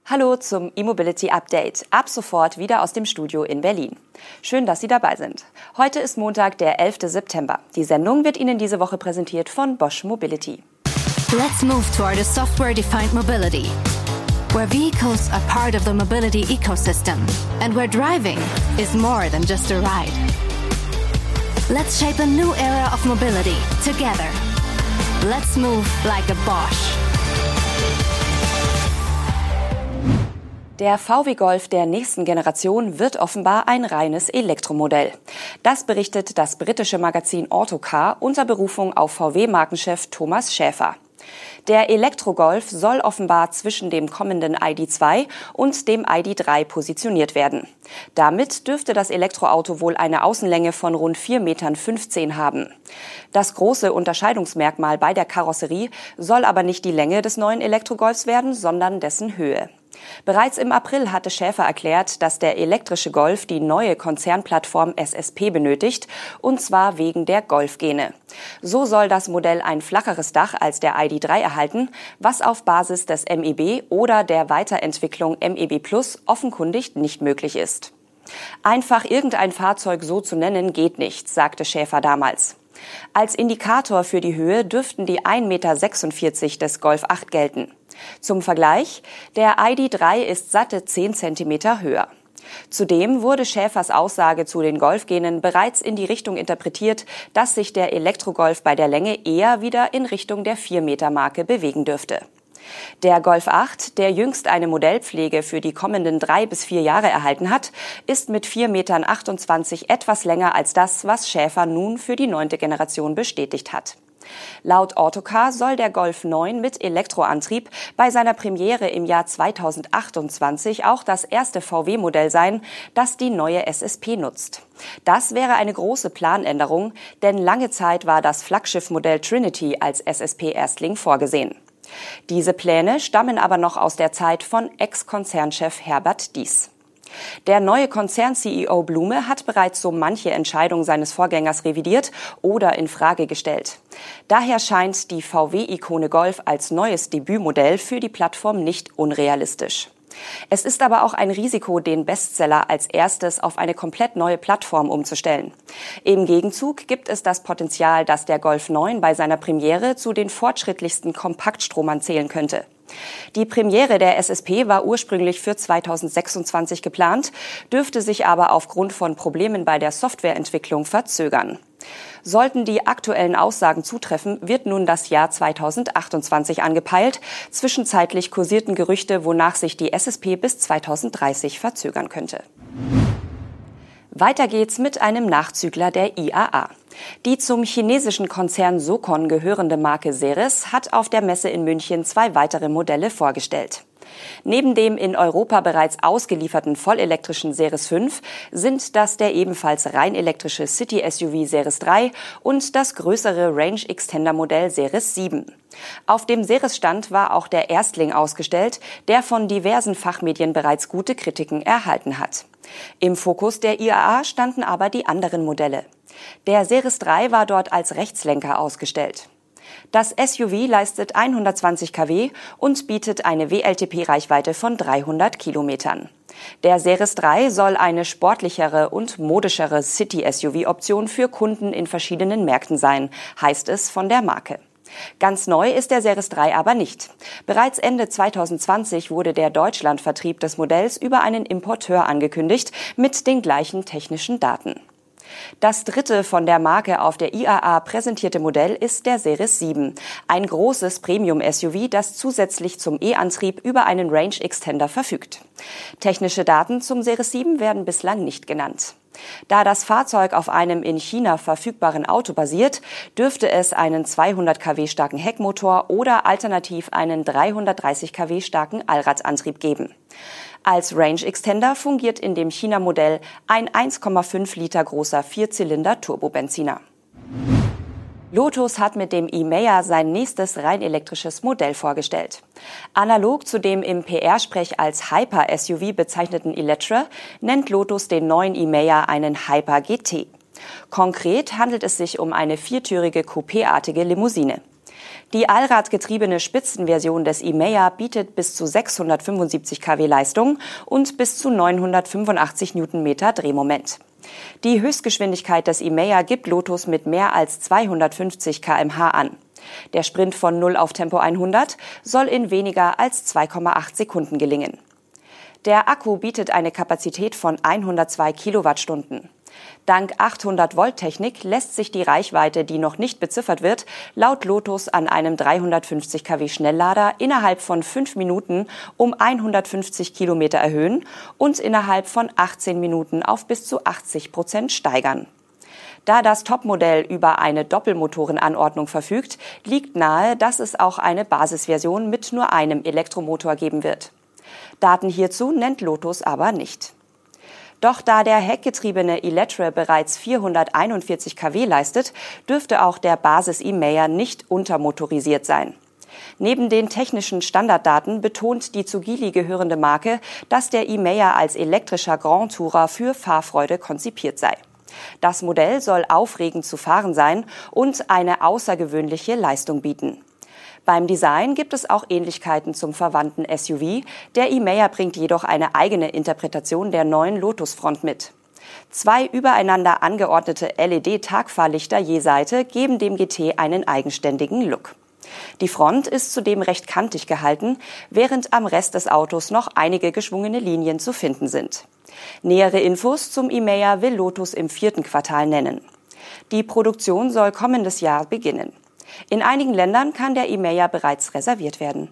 Hallo zum E-Mobility Update. Ab sofort wieder aus dem Studio in Berlin. Schön, dass Sie dabei sind. Heute ist Montag, der 11. September. Die Sendung wird Ihnen diese Woche präsentiert von Bosch Mobility. Let's move toward a software-defined mobility, where vehicles are part of the mobility ecosystem and where driving is more than just a ride. Let's shape a new era of mobility together. Let's move like a Bosch. Der VW Golf der nächsten Generation wird offenbar ein reines Elektromodell. Das berichtet das britische Magazin Autocar unter Berufung auf VW-Markenchef Thomas Schäfer. Der Elektro-Golf soll offenbar zwischen dem kommenden ID.2 und dem ID.3 positioniert werden. Damit dürfte das Elektroauto wohl eine Außenlänge von rund 4,15 Metern haben. Das große Unterscheidungsmerkmal bei der Karosserie soll aber nicht die Länge des neuen Elektro-Golfs werden, sondern dessen Höhe. Bereits im April hatte Schäfer erklärt, dass der elektrische Golf die neue Konzernplattform SSP benötigt, und zwar wegen der Golfgene. So soll das Modell ein flacheres Dach als der ID.3 erhalten, was auf Basis des MEB oder der Weiterentwicklung MEB Plus offenkundig nicht möglich ist. Einfach irgendein Fahrzeug so zu nennen geht nicht, sagte Schäfer damals. Als Indikator für die Höhe dürften die 1,46 Meter des Golf 8 gelten. Zum Vergleich, der ID.3 ist satte 10 Zentimeter höher. Zudem wurde Schäfers Aussage zu den Golfgenen bereits in die Richtung interpretiert, dass sich der Elektrogolf bei der Länge eher wieder in Richtung der 4-Meter-Marke bewegen dürfte. Der Golf 8, der jüngst eine Modellpflege für die kommenden 3 bis 4 Jahre erhalten hat, ist mit 4,28 Metern etwas länger als das, was Schäfer nun für die 9. Generation bestätigt hat. Laut Autocar soll der Golf 9 mit Elektroantrieb bei seiner Premiere im Jahr 2028 auch das erste VW-Modell sein, das die neue SSP nutzt. Das wäre eine große Planänderung, denn lange Zeit war das Flaggschiffmodell Trinity als SSP-Erstling vorgesehen. Diese Pläne stammen aber noch aus der Zeit von Ex-Konzernchef Herbert Diess. Der neue Konzern-CEO Blume hat bereits so manche Entscheidung seines Vorgängers revidiert oder in Frage gestellt. Daher scheint die VW-Ikone Golf als neues Debütmodell für die Plattform nicht unrealistisch. Es ist aber auch ein Risiko, den Bestseller als erstes auf eine komplett neue Plattform umzustellen. Im Gegenzug gibt es das Potenzial, dass der Golf 9 bei seiner Premiere zu den fortschrittlichsten Kompaktstromern zählen könnte. Die Premiere der SSP war ursprünglich für 2026 geplant, dürfte sich aber aufgrund von Problemen bei der Softwareentwicklung verzögern. Sollten die aktuellen Aussagen zutreffen, wird nun das Jahr 2028 angepeilt. Zwischenzeitlich kursierten Gerüchte, wonach sich die SSP bis 2030 verzögern könnte. Weiter geht's mit einem Nachzügler der IAA. Die zum chinesischen Konzern Socon gehörende Marke Seres hat auf der Messe in München 2 weitere Modelle vorgestellt. Neben dem in Europa bereits ausgelieferten vollelektrischen Seres 5 sind das der ebenfalls rein elektrische City-SUV Seres 3 und das größere Range-Extender-Modell Seres 7. Auf dem Seres-Stand war auch der Erstling ausgestellt, der von diversen Fachmedien bereits gute Kritiken erhalten hat. Im Fokus der IAA standen aber die anderen Modelle. Der Seres 3 war dort als Rechtslenker ausgestellt. Das SUV leistet 120 kW und bietet eine WLTP-Reichweite von 300 Kilometern. Der Seres 3 soll eine sportlichere und modischere City-SUV-Option für Kunden in verschiedenen Märkten sein, heißt es von der Marke. Ganz neu ist der Seres 3 aber nicht. Bereits Ende 2020 wurde der Deutschlandvertrieb des Modells über einen Importeur angekündigt mit den gleichen technischen Daten. Das dritte von der Marke auf der IAA präsentierte Modell ist der Seres 7, ein großes Premium-SUV, das zusätzlich zum E-Antrieb über einen Range-Extender verfügt. Technische Daten zum Seres 7 werden bislang nicht genannt. Da das Fahrzeug auf einem in China verfügbaren Auto basiert, dürfte es einen 200 kW starken Heckmotor oder alternativ einen 330 kW starken Allradantrieb geben. Als Range Extender fungiert in dem China-Modell ein 1,5 Liter großer Vierzylinder-Turbobenziner. Lotus hat mit dem Emeya sein nächstes rein elektrisches Modell vorgestellt. Analog zu dem im PR-Sprech als Hyper-SUV bezeichneten Eletre nennt Lotus den neuen Emeya einen Hyper GT. Konkret handelt es sich um eine viertürige Coupé-artige Limousine. Die allradgetriebene Spitzenversion des Emeya bietet bis zu 675 kW Leistung und bis zu 985 Newtonmeter Drehmoment. Die Höchstgeschwindigkeit des Emeya gibt Lotus mit mehr als 250 km/h an. Der Sprint von 0 auf Tempo 100 soll in weniger als 2,8 Sekunden gelingen. Der Akku bietet eine Kapazität von 102 Kilowattstunden. Dank 800-Volt-Technik lässt sich die Reichweite, die noch nicht beziffert wird, laut Lotus an einem 350 kW Schnelllader innerhalb von 5 Minuten um 150 Kilometer erhöhen und innerhalb von 18 Minuten auf bis zu 80% steigern. Da das Topmodell über eine Doppelmotorenanordnung verfügt, liegt nahe, dass es auch eine Basisversion mit nur einem Elektromotor geben wird. Daten hierzu nennt Lotus aber nicht. Doch da der heckgetriebene Eletre bereits 441 kW leistet, dürfte auch der Basis-Emeya nicht untermotorisiert sein. Neben den technischen Standarddaten betont die zu Geely gehörende Marke, dass der Emeya als elektrischer Grand Tourer für Fahrfreude konzipiert sei. Das Modell soll aufregend zu fahren sein und eine außergewöhnliche Leistung bieten. Beim Design gibt es auch Ähnlichkeiten zum verwandten SUV. Der Emeya bringt jedoch eine eigene Interpretation der neuen Lotus-Front mit. 2 übereinander angeordnete LED-Tagfahrlichter je Seite geben dem GT einen eigenständigen Look. Die Front ist zudem recht kantig gehalten, während am Rest des Autos noch einige geschwungene Linien zu finden sind. Nähere Infos zum Emeya will Lotus im 4. Quartal nennen. Die Produktion soll kommendes Jahr beginnen. In einigen Ländern kann der Emeya bereits reserviert werden.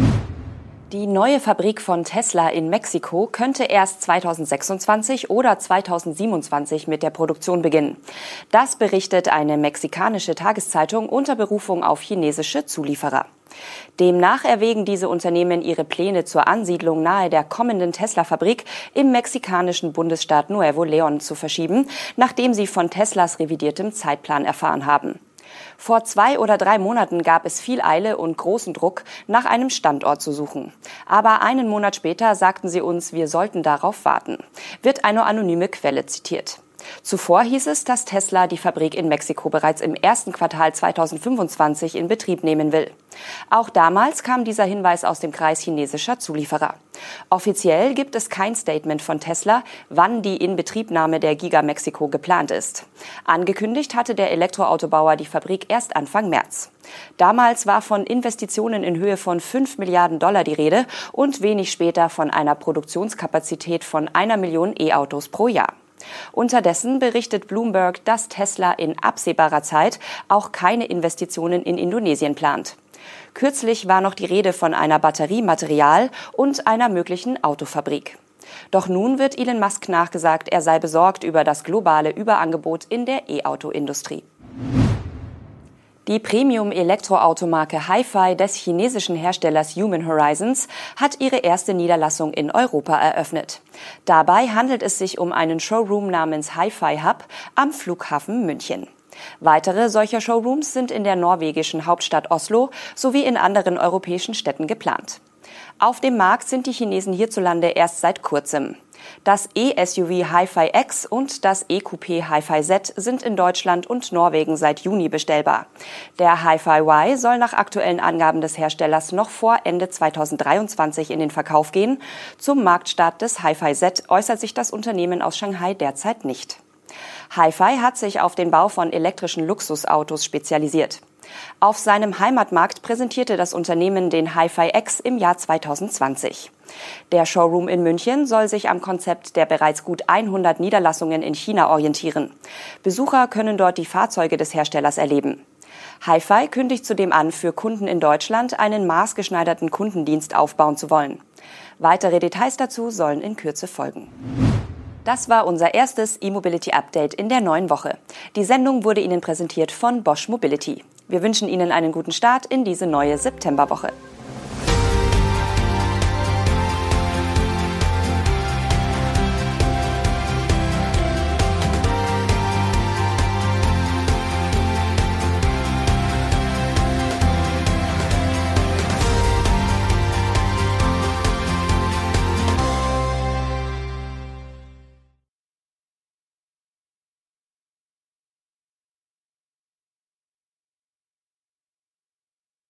Die neue Fabrik von Tesla in Mexiko könnte erst 2026 oder 2027 mit der Produktion beginnen. Das berichtet eine mexikanische Tageszeitung unter Berufung auf chinesische Zulieferer. Demnach erwägen diese Unternehmen ihre Pläne zur Ansiedlung nahe der kommenden Tesla-Fabrik im mexikanischen Bundesstaat Nuevo León zu verschieben, nachdem sie von Teslas revidiertem Zeitplan erfahren haben. Vor 2 oder 3 Monaten gab es viel Eile und großen Druck, nach einem Standort zu suchen. Aber einen Monat später sagten sie uns, wir sollten darauf warten, wird eine anonyme Quelle zitiert. Zuvor hieß es, dass Tesla die Fabrik in Mexiko bereits im 1. Quartal 2025 in Betrieb nehmen will. Auch damals kam dieser Hinweis aus dem Kreis chinesischer Zulieferer. Offiziell gibt es kein Statement von Tesla, wann die Inbetriebnahme der Giga Mexiko geplant ist. Angekündigt hatte der Elektroautobauer die Fabrik erst Anfang März. Damals war von Investitionen in Höhe von $5 Milliarden die Rede und wenig später von einer Produktionskapazität von 1 Million E-Autos pro Jahr. Unterdessen berichtet Bloomberg, dass Tesla in absehbarer Zeit auch keine Investitionen in Indonesien plant. Kürzlich war noch die Rede von einer Batteriematerial- und einer möglichen Autofabrik. Doch nun wird Elon Musk nachgesagt, er sei besorgt über das globale Überangebot in der E-Auto-Industrie. Die Premium-Elektroautomarke Hi-Fi des chinesischen Herstellers Human Horizons hat ihre erste Niederlassung in Europa eröffnet. Dabei handelt es sich um einen Showroom namens Hi-Fi Hub am Flughafen München. Weitere solcher Showrooms sind in der norwegischen Hauptstadt Oslo sowie in anderen europäischen Städten geplant. Auf dem Markt sind die Chinesen hierzulande erst seit kurzem. Das E-SUV Hi-Fi X und das E-Coupé Hi-Fi Z sind in Deutschland und Norwegen seit Juni bestellbar. Der Hi-Fi Y soll nach aktuellen Angaben des Herstellers noch vor Ende 2023 in den Verkauf gehen. Zum Marktstart des Hi-Fi Z äußert sich das Unternehmen aus Shanghai derzeit nicht. Hi-Fi hat sich auf den Bau von elektrischen Luxusautos spezialisiert. Auf seinem Heimatmarkt präsentierte das Unternehmen den Hi-Fi X im Jahr 2020. Der Showroom in München soll sich am Konzept der bereits gut 100 Niederlassungen in China orientieren. Besucher können dort die Fahrzeuge des Herstellers erleben. Hi-Fi kündigt zudem an, für Kunden in Deutschland einen maßgeschneiderten Kundendienst aufbauen zu wollen. Weitere Details dazu sollen in Kürze folgen. Das war unser erstes E-Mobility-Update in der neuen Woche. Die Sendung wurde Ihnen präsentiert von Bosch Mobility. Wir wünschen Ihnen einen guten Start in diese neue Septemberwoche.